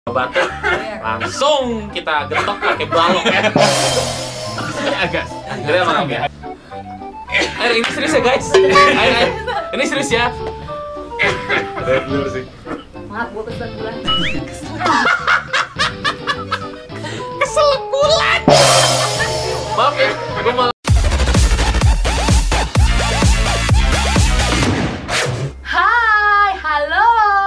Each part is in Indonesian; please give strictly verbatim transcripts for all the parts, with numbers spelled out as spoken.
Batuk langsung kita getok pakai balok ya. agak Jadi emang ya. Air ini serius ya guys. Air, air. Ini serius ya. Red dulu sih. Maaf, gua kesel bulan. Kesel bulan. Maaf ya, gua malah. Hai, halo.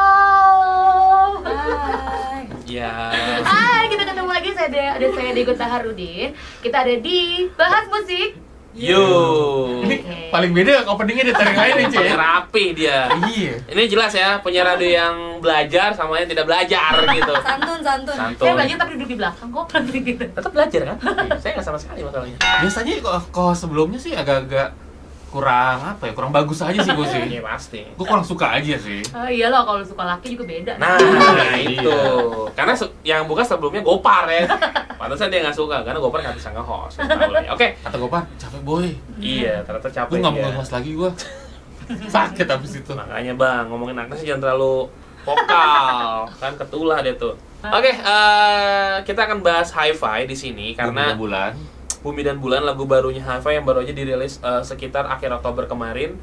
Hai. Ya. Hai, kita ketemu lagi. Saya ada, ada saya Diego Taharudin. Kita ada di Bahas Musik. Yuk. Ini paling beda openingnya dari yang lain nih, Ci. Rapi dia. Iya. Ini jelas ya, penyiar radio yang belajar sama yang tidak belajar gitu. Santun, santun. Saya Santuy. belajar tapi duduk di belakang kok. Gitu. Tetap belajar kan? Saya nggak sama sekali masalahnya. Biasanya kok kok sebelumnya sih agak-agak kurang apa ya? Kurang bagus aja sih gue sih. Iya pasti. Gue kurang suka aja sih. Oh iya loh, kalau suka laki juga beda. Nah, Iya. itu. Karena se- yang buka sebelumnya Gopar ya. Pantesan dia nggak suka karena Gopar nggak bisa nge-host. Oke. Kata Gopar, capek boy. Iya, ternyata capek. Gue nggak mau dia. ngemas lagi gue. Sakit abis itu. Makanya Bang, ngomongin Agnes jangan terlalu vokal. Kan ketulah dia tuh. Oke, eh, kita akan bahas Hi-Fi di sini karena bulan. Bumi dan Bulan, lagu barunya Hi-Fi yang baru aja dirilis eh, sekitar akhir Oktober kemarin.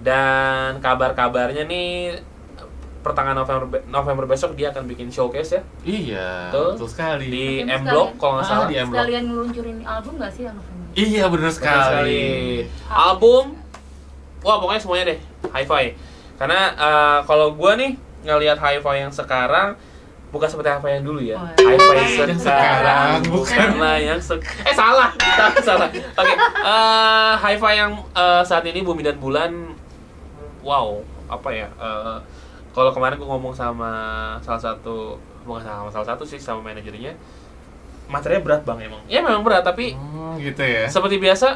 Dan kabar-kabarnya nih pertengahan November November besok dia akan bikin showcase ya Iya, Betul. betul sekali. di Mungkin M Block kalau nggak Ah, salah. di M Block. Sekalian ngeluncurin album nggak sih yang November? Iya, bener Betul sekali. sekali. Album, wah pokoknya semuanya deh Hi-Fi. Karena eh, kalau gua nih ngelihat Hi-Fi yang sekarang bukan seperti Hi-Fi yang dulu ya. Oh. Hi-Fi Yang sekarang sekarang, bukanlah yang se eh salah, salah, salah. Oke, eh, Hi-Fi yang eh, saat ini Bumi dan Bulan, wow, apa ya? eh, kalau kemarin gua ngomong sama salah satu, bukan sama salah satu sih, sama manajernya, materinya berat bang emang. Ya memang berat tapi Hmm, gitu ya. seperti biasa,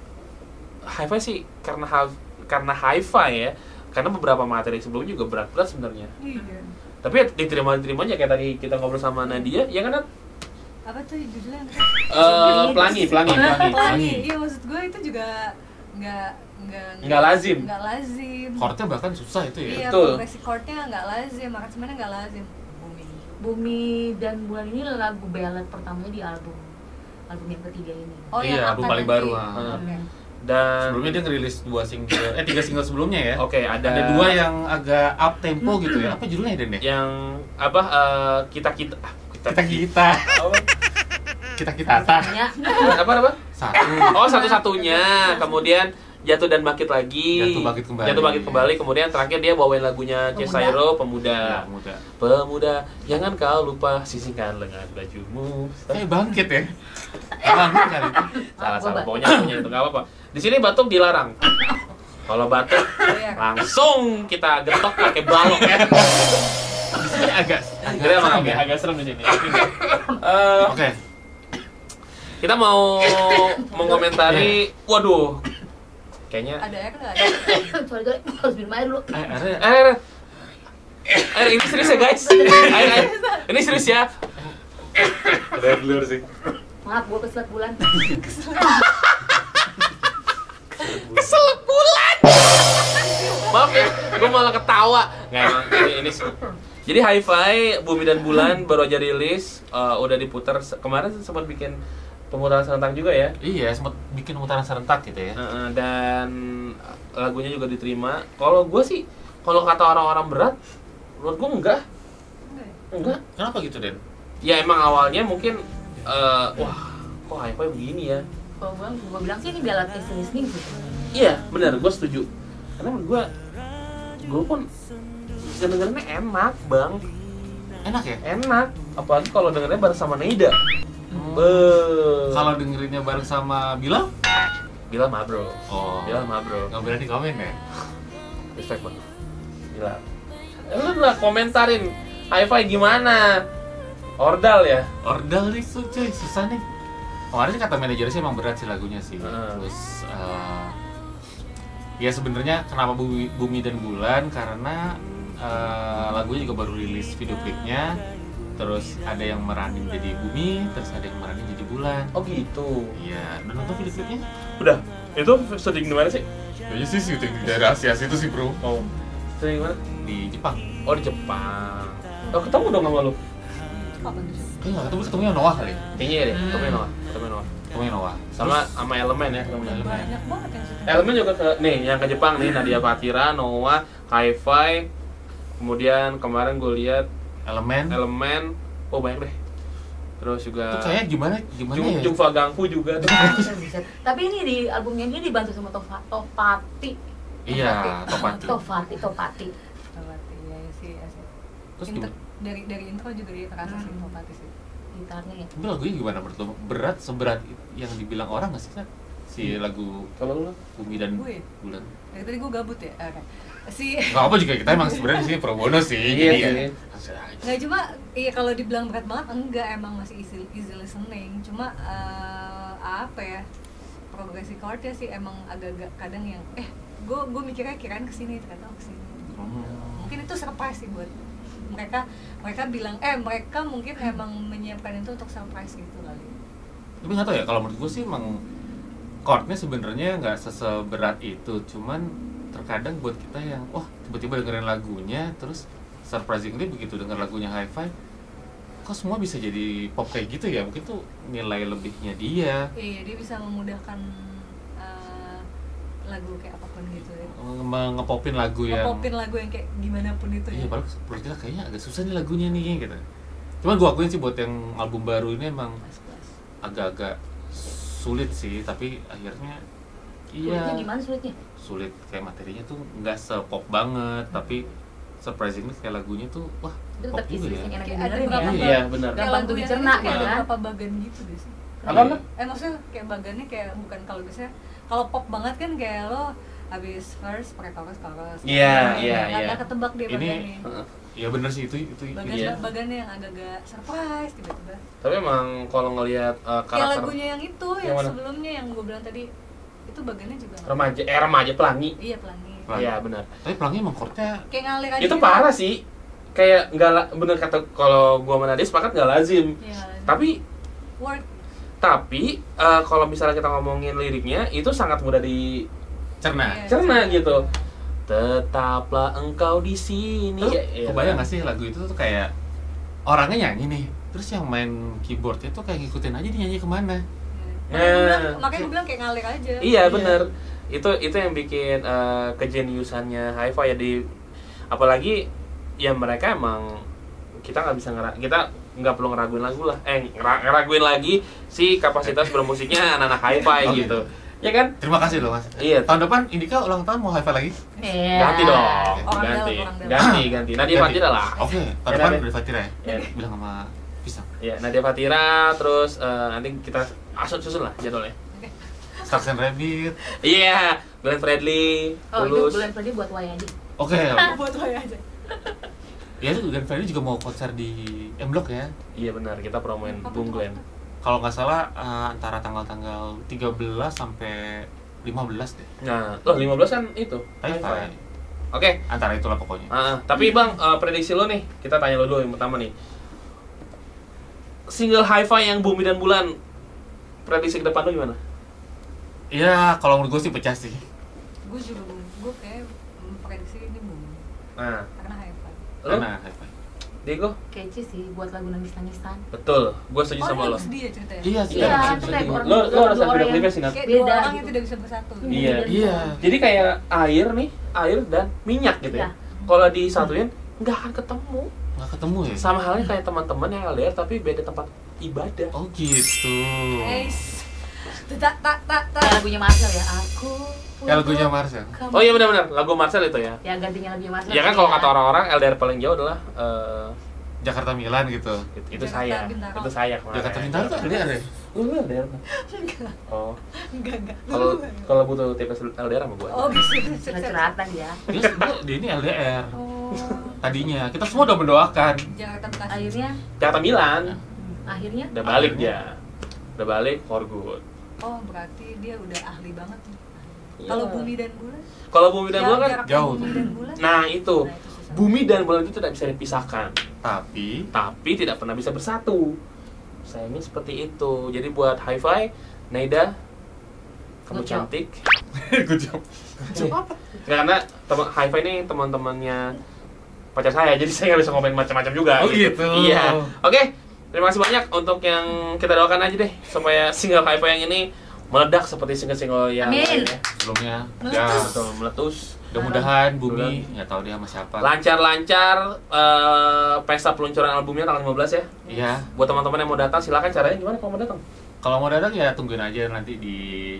Hi-Fi sih karena ha- karena Hi-Fi ya, karena beberapa materi sebelumnya juga berat-berat sebenarnya. Iya. Tapi ya diterima-terima aja kayak tadi kita ngobrol sama Nadia, ya kan Nat? Apa tuh judulnya? Eh, pelangi, pelangi, pelangi. Pelangi. Iya, maksud gue itu juga nggak nggak Nggak lazim. Nggak lazim. Chordnya bahkan susah itu ya. Iya, Betul. progresi chordnya nggak lazim, maka sebenarnya nggak lazim. Bumi. Bumi dan Bulan ini lagu ballad pertamanya di album album yang ketiga ini. Oh Iya, yang album akan paling nanti. baru, ah. Oke. Dan Sebelumnya dia ngerilis dua single, eh tiga single sebelumnya ya. oke ada, Ada dua yang agak up tempo gitu ya. Apa judulnya Den ya? yang apa eh, kita kita ah, kita Kita kita apa? kita kita tah. Ya, apa apa? Satu. Oh satu-satunya, kemudian Jatuh dan Bangkit Lagi, Jatuh Bangkit Kembali. Jatuh Bangkit Kembali, kemudian terakhir dia bawain lagunya Cesairo, Ya, Pemuda. muda. Pemuda, jangan kau lupa sisihkan lengan bajumu. Kayak bangkit ya. Bangkit kali itu. Salah Gua salah, ba- pokoknya punya itu nggak apa-apa. Di sini batuk dilarang. Kalau batuk Iya. langsung kita getok pakai balok ya. Di sini agak Jadi agak emang serem ya. agak serem di sini. Eh, Oke. kita mau mengomentari, waduh, kayaknya Ada air nggak ada? sorry sorry, harus minum air dulu. Eh, ada air, air, air, ini serius ya guys, air, air, ini serius ya. Red dulu sih. Maaf, gua kesel bulan. Kesel bulan. Maaf ya, gue malah ketawa. Nggak emang ini, ini jadi Hi-Fi Bumi dan Bulan baru aja rilis, eh, udah diputar se- kemarin sempat bikin pemutaran serentak juga ya. Iya, sempat bikin putaran serentak gitu ya. Eh, eh, dan lagunya juga diterima. Kalau gue sih, kalau kata orang-orang berat, menurut gue enggak, Enggak ya? enggak. Kenapa gitu Den? Ya emang awalnya mungkin, eh, wah, kok Hi-Fi begini ya? Kalau gua, gua bilang sih ini ballad listening gitu. Iya, benar, gue setuju. Karena menurut gue, gue pun dengerin-dengerinnya enak, bang. Enak ya? Enak, apalagi kalau dengernya bareng sama Neida. Hmm. Be. Kalau dengerinnya bareng sama Bilal? Bila mah bro, Oh. Bila mah bro, Nggak berani komen ya? respect bang. Bila. Eh, lu lah komentarin, Hi-Fi gimana? Ordal ya? Ordal nih, so, cuy, susah nih. Kemarin sih kata manajer sih emang berat sih lagunya sih. Heeh. Terus eh, ya sebenarnya kenapa Bumi, Bumi dan Bulan karena eh, lagunya juga baru rilis video klipnya. Terus ada yang meranin jadi Bumi, terus ada yang meranin jadi Bulan. Oh gitu. Iya, udah nonton video klipnya? Udah, itu syuting di mana sih? Kayaknya sih syuting di daerah Asia situ sih bro. Oh, syuting di mana? Di Jepang. Oh di Jepang. Oh ketemu dong sama lu? Kapan tuh? Ini nggak ketemu, ketemunya Noah kali. Kayaknya ya deh, ketemu Noah, ketemu Noah. Ketemunya Noah. Sama sama elemen ya, ketemu elemen. Banyak banget yang syuting. Elemen juga ke nih yang ke Jepang nih, Nadia Fatira, Noah, Hi-Fi. Kemudian kemarin gue lihat Elemen. elemen, oh banyak deh. Terus juga Itu kayak gimana gimana Jung, ya? Jungfa Gangfu juga tuh. Buset. Tapi ini di albumnya ini dibantu sama Tofa, Topati. Iya, Topati. Topati, Topati. Topati, ya ya sih, ya sih. Terus Intro, gimana? dari dari intro juga dia terasa sih Hmm. Topati sih. Gitarnya ya. Tapi lagunya gimana menurut lo? Berat seberat yang dibilang orang nggak sih kan? Si lagu Kalau lu Bumi dan Gue ya? Bulan. Dari tadi gue gabut ya. Oke. Si Nggak apa juga, kita emang sebenarnya di sini pro bono sih. Iya jadi sih. ya, hasil aja. nggak cuma iya kalau dibilang berat banget enggak, emang masih easy easy listening. Cuma eh, apa ya? Progresi chordnya sih emang agak-agak kadang yang eh gue gue mikirnya kirain kesini ternyata oh kesini. Hmm. Mungkin itu surprise sih buat mereka. Mereka bilang eh mereka mungkin emang menyiapkan itu untuk surprise gitu kali. Tapi nggak tahu ya, kalau menurut gue sih emang chordnya sebenarnya nggak seseberat itu, cuman terkadang buat kita yang wah tiba-tiba dengerin lagunya terus surprisingly begitu denger lagunya Hi-Fi kok semua bisa jadi pop kayak gitu ya, mungkin tuh nilai lebihnya dia. Iya, dia bisa memudahkan eh, lagu kayak apapun gitu ya. Nge- ngepopin lagu yang Ngepopin lagu yang kayak gimana pun itu iya, ya. padahal menurut kita kayaknya agak susah nih lagunya nih gitu. Cuman gua akuin sih buat yang album baru ini emang Kelas-kelas. agak-agak sulit sih, tapi akhirnya Sulitnya iya gimana sulitnya? sulit, kayak materinya tuh nggak sepop banget, tapi surprisingly kayak lagunya tuh wah Itu pop tetap juga isi ya. yang enak Kayak ada didengerin beberapa ya. bag- Iya, benar. kayak Gampang lagu tuh yang dicerna itu kayak gitu ada kan. beberapa bagan gitu deh sih. Apa apa? Eh maksudnya kayak bagannya kayak bukan kalau biasanya kalau pop banget kan kayak lo habis verse pakai chorus chorus. Iya, Nah, iya, nggak- iya. nggak ketebak dia Ini- bagannya. Heeh. Ya bener sih itu itu Bagan Iya. bagannya yang agak-agak surprise tiba-tiba. Tapi emang kalau ngelihat uh, Kayak karakter lagunya yang itu Yang yang mana? sebelumnya yang gue bilang tadi itu bagannya juga. remaja eh remaja pelangi. Iya pelangi. Pelangi. Iya, benar. tapi pelangi emang chordnya Kayak ngalir aja. Itu gitu. parah sih. Kayak nggak la- bener kata kalau gua sama Nadia sepakat nggak lazim. Iya. Tapi work tapi uh, kalau misalnya kita ngomongin liriknya itu sangat mudah dicerna cerna. Iya. gitu. Tetaplah engkau di sini. Tuh, Ya, kebayang gak sih lagu itu tuh kayak orangnya nyanyi nih, terus yang main keyboardnya tuh kayak ngikutin aja dia nyanyi kemana. Makanya gue bilang, Nah. makanya gue bilang kayak ngalir aja. Iya, Iya. bener. Itu itu yang bikin uh, kejeniusannya Hi-Fi ya di apalagi ya mereka emang kita nggak bisa ngera kita nggak perlu ngeraguin lagu lah eh ngera- ngeraguin lagi si kapasitas bermusiknya anak-anak Hi-Fi Oh, gitu ya kan. Terima kasih loh mas. Iya. Tahun depan Indika ulang tahun mau Hi-Fi lagi? Iya. Ganti dong, Orang ganti, dalam, orang dalam. ganti, ganti. Nadia Ganti. Fatira lah. Oke, tahun Ya, depan Nadia. dari Fatira ya. Ya. Bilang sama Pisang. Ya, Nadia Fatira, terus eh, nanti kita asut susun lah jadwalnya. Stars and Rabbit. Iya, Glenn Fredly, Oh, itu Tulus. bulan tadi buat Wayadi. Oke. Buat gue aja. Ya itu Glenn Fredly juga mau konser di M Block ya. Iya benar, kita promoin Apa Bung tuh? Glenn. Kalau nggak salah eh, antara tanggal-tanggal tiga belas sampai lima belas deh. Nah, loh lima belas kan itu. Hi-Fi. Hi-Fi. Oke. Antara itulah pokoknya. Ah, tapi Bang, eh, prediksi lo nih, kita tanya lo dulu yang pertama nih. Single Hi-Fi yang Bumi dan Bulan, prediksi ke depan lo gimana? Iya, kalau menurut gue sih pecah sih. Gue juga belum, gue kayak mm, prediksi ini belum Nah, karena Hi-Fi. lo, Karena Hi-Fi. Diego? Kece sih buat lagu nangis-nangisan. Betul, gue setuju Oh, sama ini lo. lagu sedih ya ceritanya? Iya sih. Iya, bisa- itu bisa kayak juga. orang- Lo, lo dua rasa orang video yang- klipnya sih, Nat? Kayak Beda dua orang gitu. yang tidak bisa bersatu. Iya. Iya. Jadi kayak air nih, air dan minyak gitu ya. Iya. Kalau disatuin nggak akan ketemu. Nggak ketemu ya? Sama halnya kayak teman-teman yang L D R tapi beda tempat ibadah. Oh gitu. Guys. Tak tak tak tak. Kayak lagunya Marcel ya. Aku. Kayak lagunya Marcel. Kamu. Oh iya benar-benar, lagu Marcel itu ya. Ya gantinya lagunya Marcel. Ya kan kalau kata orang-orang L D R paling jauh adalah eh, Jakarta Milan gitu. itu, itu Jakarta saya, Bintaro. itu saya kemarin. Jakarta Bintaro tuh L D R ya? Lu lu L D R kan? Enggak. Oh, Enggak enggak. kalau kalau butuh tips L D R sama gua. Oh gitu. curhatan ya. Dia sebenarnya dia ini L D R. Oh. Tadinya kita semua udah mendoakan. Jakarta Bekasi. Akhirnya, Jakarta Milan. akhirnya Udah balik Akhirnya. dia. Udah balik for good. Oh, berarti dia udah ahli banget nih. Iya. Kalau Bumi dan Bulan? Kalau Bumi dan Bulan kan Jarak jauh Bumi tuh. dan Bulan? nah itu. Nah, itu susah. Bumi dan Bulan itu tidak bisa dipisahkan, Tapi tapi tidak pernah bisa bersatu. Sayangnya seperti itu. Jadi buat Hi-Fi, Naida, kamu Good job. cantik. gue jawab. Nggak, karena teman Hi-Fi ini teman-temannya pacar saya, jadi saya nggak bisa ngomongin macam-macam juga. Oh, gitu. Iya. Oke, terima kasih banyak untuk yang kita doakan aja deh supaya single Hi-Fi yang ini meledak seperti single-single yang Amin. lainnya. Sebelumnya Meletus. ya Betul, meletus. mudah-mudahan Bumi nggak tahu dia sama siapa. Lancar-lancar eh, pesta peluncuran albumnya tanggal lima belas ya. Iya. Buat teman-teman yang mau datang silakan, caranya gimana kalau mau datang? Kalau mau datang ya tungguin aja nanti di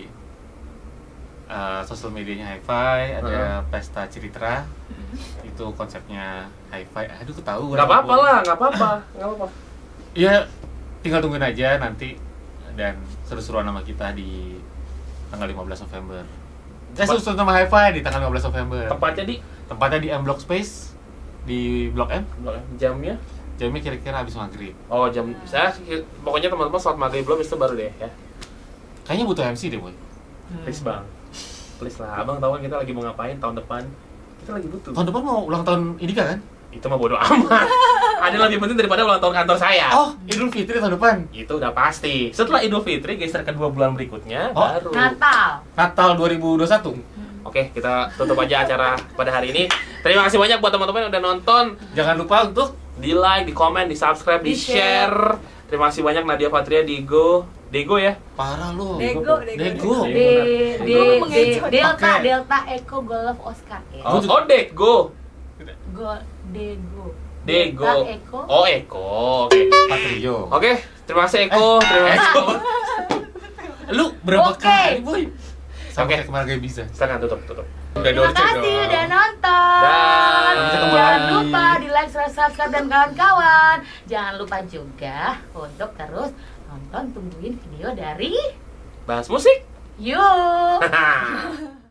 uh, sosial medianya Hi-Fi ada pesta Ciritra. Itu konsepnya Hi-Fi. Aduh ketahuan. Nggak apa-apa lah, nggak apa-apa, nggak apa-apa. Iya, tinggal tungguin aja nanti dan seru-seruan sama kita di tanggal lima belas November. Eh, seru-seruan sama Hi-Fi di tanggal lima belas November. Tempatnya di Tempatnya di M Block Space di Blok M. jamnya. Jamnya kira-kira habis maghrib. Oh jam saya pokoknya teman-teman sholat maghrib belum itu baru deh ya. Kayaknya butuh M C deh, Boy. Please bang, please lah. Abang tahu kan kita lagi mau ngapain tahun depan? Kita lagi butuh. Tahun depan mau ulang tahun Indika kan? Itu mah bodo amat. Ada yang lebih penting daripada ulang tahun kantor saya. Oh, Idul Fitri tahun depan. Itu udah pasti. Setelah Idul Fitri geser ke dua bulan berikutnya Oh. baru. Natal. Natal dua ribu dua puluh satu. Oke, kita tutup aja acara pada hari ini. Terima kasih banyak buat teman-teman yang udah nonton. Jangan lupa untuk Di like, di komen, di subscribe, di, Di share. share. Terima kasih banyak Nadia Fatria, Digo, Digo ya. parah lu. Dego, Dego. Dego. D D Gua D mengecoh. Delta Pakai. Delta Echo Golf Oscar ya. Oh, oh Dego. Go Dego. Dego. Delta Echo. Oh, Eko. Oke. Patrio. Oke, terima kasih Eko. Terima kasih. Lu berapa Oke. kali, Boy? Sampai Oke. kemana gak bisa. Silakan tutup, tutup. Udah Terima dorce kasih dong. udah nonton. Dan sampai ketemu Jangan lagi. lupa di like, subscribe dan kawan-kawan. Jangan lupa juga untuk terus nonton, tungguin video dari bahas musik. Yuk.